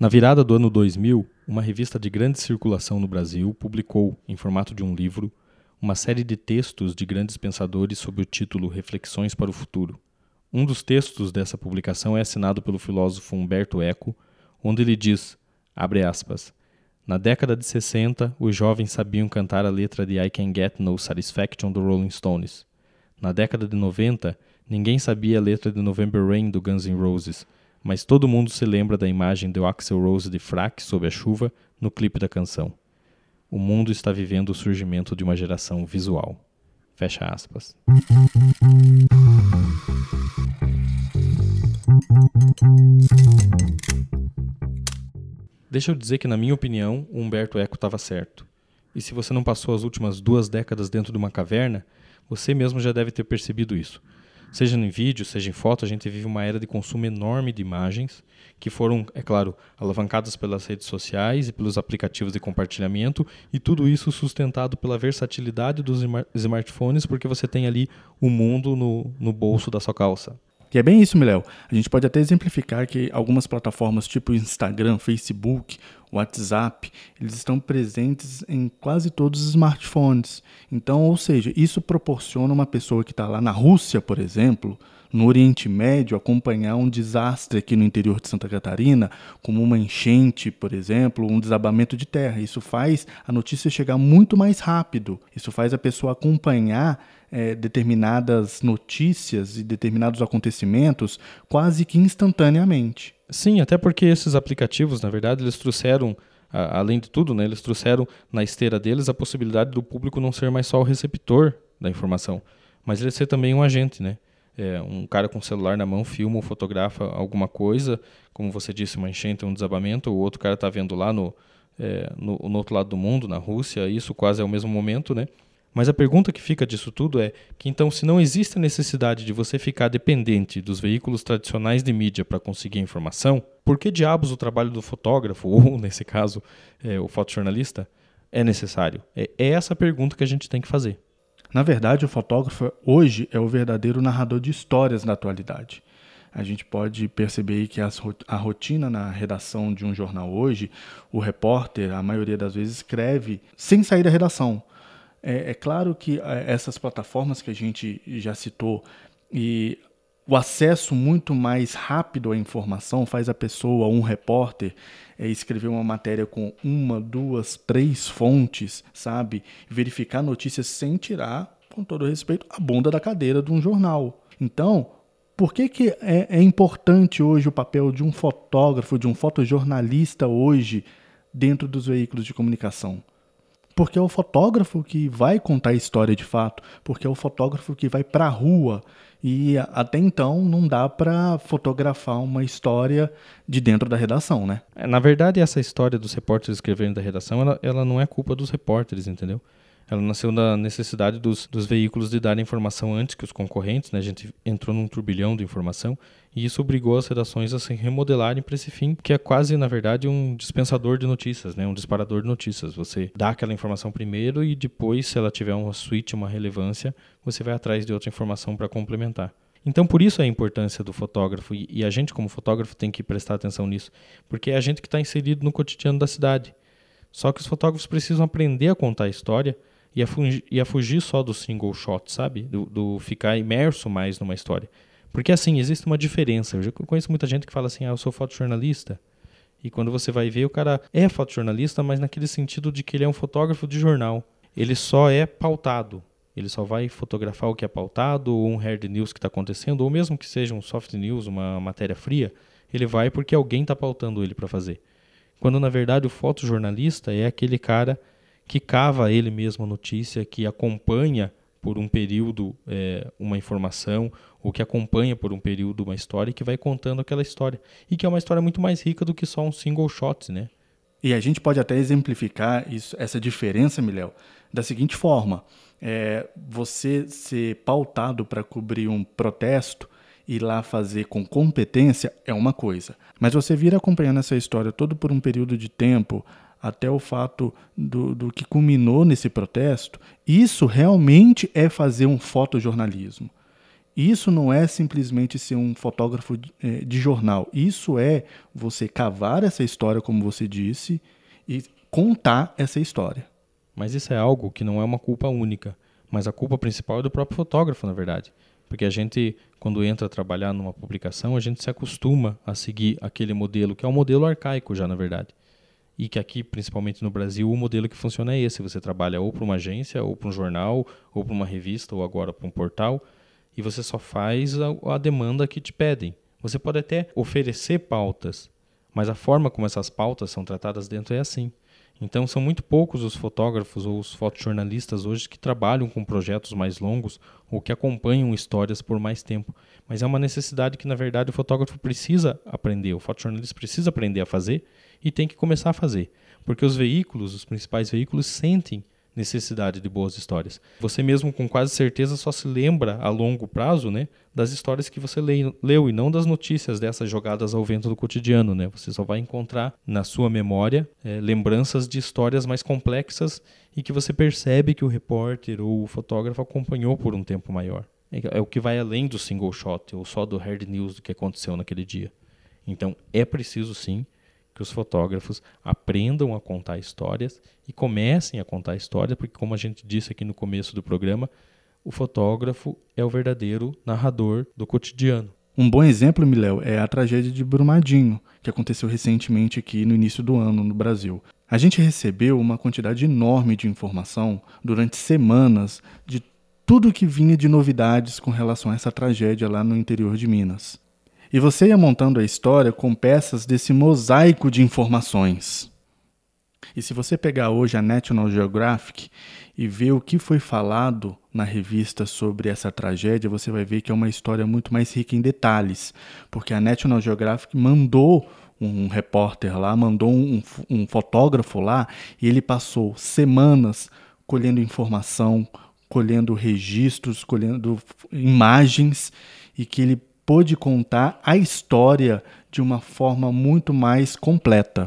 Na virada do ano 2000, uma revista de grande circulação no Brasil publicou, em formato de um livro, uma série de textos de grandes pensadores sob o título Reflexões para o Futuro. Um dos textos dessa publicação é assinado pelo filósofo Humberto Eco, onde ele diz, abre aspas, na década de 60, os jovens sabiam cantar a letra de I Can Get No Satisfaction do Rolling Stones. Na década de 90, ninguém sabia a letra de November Rain do Guns N' Roses, mas todo mundo se lembra da imagem do Axl Rose de fraque sob a chuva no clipe da canção. O mundo está vivendo o surgimento de uma geração visual. Fecha aspas. Deixa eu dizer que, na minha opinião, o Humberto Eco estava certo. E se você não passou as últimas 2 décadas dentro de uma caverna, você mesmo já deve ter percebido isso. Seja em vídeo, seja em foto, a gente vive uma era de consumo enorme de imagens, que foram, é claro, alavancadas pelas redes sociais e pelos aplicativos de compartilhamento, e tudo isso sustentado pela versatilidade dos smartphones, porque você tem ali o mundo no bolso da sua calça. E é bem isso, Miléo. A gente pode até exemplificar que algumas plataformas tipo Instagram, Facebook, WhatsApp, eles estão presentes em quase todos os smartphones. Então, ou seja, isso proporciona uma pessoa que está lá na Rússia, por exemplo, no Oriente Médio, acompanhar um desastre aqui no interior de Santa Catarina, como uma enchente, por exemplo, um desabamento de terra. Isso faz a notícia chegar muito mais rápido. Isso faz a pessoa acompanhar determinadas notícias e determinados acontecimentos quase que instantaneamente. Sim, até porque esses aplicativos, na verdade, eles trouxeram, além de tudo, né, eles trouxeram na esteira deles a possibilidade do público não ser mais só o receptor da informação, mas ele ser também um agente, né? Um cara com o celular na mão filma ou fotografa alguma coisa, como você disse, uma enchente, um desabamento, o outro cara está vendo lá no outro lado do mundo, na Rússia, isso quase é o mesmo momento, né? Mas a pergunta que fica disso tudo é que, então, se não existe a necessidade de você ficar dependente dos veículos tradicionais de mídia para conseguir a informação, por que diabos o trabalho do fotógrafo, ou, nesse caso, o fotojornalista, é necessário? É essa a pergunta que a gente tem que fazer. Na verdade, o fotógrafo hoje é o verdadeiro narrador de histórias na atualidade. A gente pode perceber que a rotina na redação de um jornal hoje, o repórter, a maioria das vezes, escreve sem sair da redação. É claro que essas plataformas que a gente já citou e o acesso muito mais rápido à informação faz a pessoa, um repórter, escrever uma matéria com 1, 2, 3 fontes, sabe? Verificar notícias sem tirar, com todo respeito, a bunda da cadeira de um jornal. Então, por que é importante hoje o papel de um fotógrafo, de um fotojornalista hoje dentro dos veículos de comunicação? Porque é o fotógrafo que vai contar a história de fato, porque é o fotógrafo que vai para a rua e até então não dá para fotografar uma história de dentro da redação, né? Na verdade, essa história dos repórteres escrevendo da redação, ela não é culpa dos repórteres, entendeu? Ela nasceu da necessidade dos veículos de dar informação antes que os concorrentes, né? A gente entrou num turbilhão de informação e isso obrigou as redações a se remodelarem para esse fim, que é quase, na verdade, um dispensador de notícias, né? Um disparador de notícias. Você dá aquela informação primeiro e depois, se ela tiver uma switch, uma relevância, você vai atrás de outra informação para complementar. Então, por isso a importância do fotógrafo, e a gente, como fotógrafo, tem que prestar atenção nisso, porque é a gente que está inserido no cotidiano da cidade. Só que os fotógrafos precisam aprender a contar a história e a fugir só do single shot, sabe? Do ficar imerso mais numa história. Porque assim, existe uma diferença. Eu já conheço muita gente que fala assim, eu sou fotojornalista. E quando você vai ver, o cara é fotojornalista, mas naquele sentido de que ele é um fotógrafo de jornal. Ele só é pautado. Ele só vai fotografar o que é pautado, ou um hard news que está acontecendo, ou mesmo que seja um soft news, uma matéria fria, ele vai porque alguém está pautando ele para fazer. Quando, na verdade, o fotojornalista é aquele cara que cava ele mesmo a notícia, que acompanha por um período uma informação, ou que acompanha por um período uma história e que vai contando aquela história. E que é uma história muito mais rica do que só um single shot, né? E a gente pode até exemplificar essa diferença, Miléo, da seguinte forma. Você ser pautado para cobrir um protesto e lá fazer com competência é uma coisa. Mas você vir acompanhando essa história todo por um período de tempo, até o fato do que culminou nesse protesto, isso realmente é fazer um fotojornalismo. Isso não é simplesmente ser um fotógrafo de jornal. Isso é você cavar essa história, como você disse, e contar essa história. Mas isso é algo que não é uma culpa única, mas a culpa principal é do próprio fotógrafo, na verdade. Porque a gente, quando entra a trabalhar numa publicação, a gente se acostuma a seguir aquele modelo, que é um modelo arcaico já, na verdade. E que aqui, principalmente no Brasil, o modelo que funciona é esse. Você trabalha ou para uma agência, ou para um jornal, ou para uma revista, ou agora para um portal, e você só faz a demanda que te pedem. Você pode até oferecer pautas, mas a forma como essas pautas são tratadas dentro é assim. Então, são muito poucos os fotógrafos ou os fotojornalistas hoje que trabalham com projetos mais longos ou que acompanham histórias por mais tempo. Mas é uma necessidade que, na verdade, o fotógrafo precisa aprender, o fotojornalista precisa aprender a fazer e tem que começar a fazer. Porque os veículos, os principais veículos, sentem necessidade de boas histórias. Você mesmo, com quase certeza, só se lembra a longo prazo, né, das histórias que você leu e não das notícias dessas jogadas ao vento do cotidiano, né? Você só vai encontrar na sua memória lembranças de histórias mais complexas e que você percebe que o repórter ou o fotógrafo acompanhou por um tempo maior. É o que vai além do single shot ou só do hard news do que aconteceu naquele dia. Então, é preciso sim que os fotógrafos aprendam a contar histórias e comecem a contar histórias, porque, como a gente disse aqui no começo do programa, o fotógrafo é o verdadeiro narrador do cotidiano. Um bom exemplo, Miléo, é a tragédia de Brumadinho, que aconteceu recentemente aqui no início do ano no Brasil. A gente recebeu uma quantidade enorme de informação durante semanas de tudo que vinha de novidades com relação a essa tragédia lá no interior de Minas. E você ia montando a história com peças desse mosaico de informações. E se você pegar hoje a National Geographic e ver o que foi falado na revista sobre essa tragédia, você vai ver que é uma história muito mais rica em detalhes. Porque a National Geographic mandou um repórter lá, mandou um fotógrafo lá, e ele passou semanas colhendo informação, colhendo registros, colhendo imagens, e que ele pôde contar a história de uma forma muito mais completa.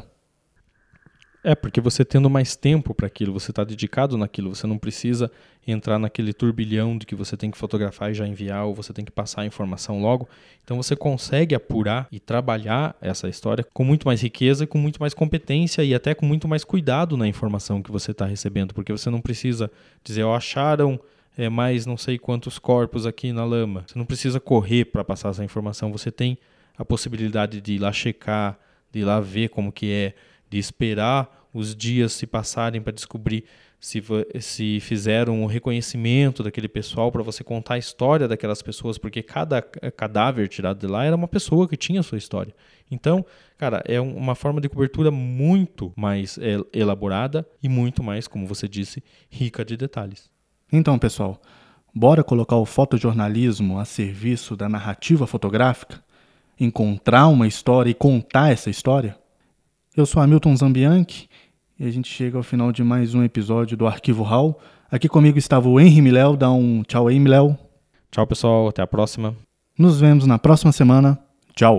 Porque você tendo mais tempo para aquilo, você está dedicado naquilo, você não precisa entrar naquele turbilhão de que você tem que fotografar e já enviar, ou você tem que passar a informação logo. Então você consegue apurar e trabalhar essa história com muito mais riqueza, com muito mais competência e até com muito mais cuidado na informação que você está recebendo, porque você não precisa dizer, acharam mais não sei quantos corpos aqui na lama. Você não precisa correr para passar essa informação, você tem a possibilidade de ir lá checar, de ir lá ver como que é, de esperar os dias se passarem para descobrir se fizeram um reconhecimento daquele pessoal, para você contar a história daquelas pessoas, porque cada cadáver tirado de lá era uma pessoa que tinha a sua história. Então, cara, é uma forma de cobertura muito mais elaborada e muito mais, como você disse, rica de detalhes. Então, pessoal, bora colocar o fotojornalismo a serviço da narrativa fotográfica? Encontrar uma história e contar essa história? Eu sou Hamilton Zambianchi e a gente chega ao final de mais um episódio do Arquivo Hall. Aqui comigo estava o Henry Miléo. Dá um tchau aí, Miléo. Tchau, pessoal. Até a próxima. Nos vemos na próxima semana. Tchau.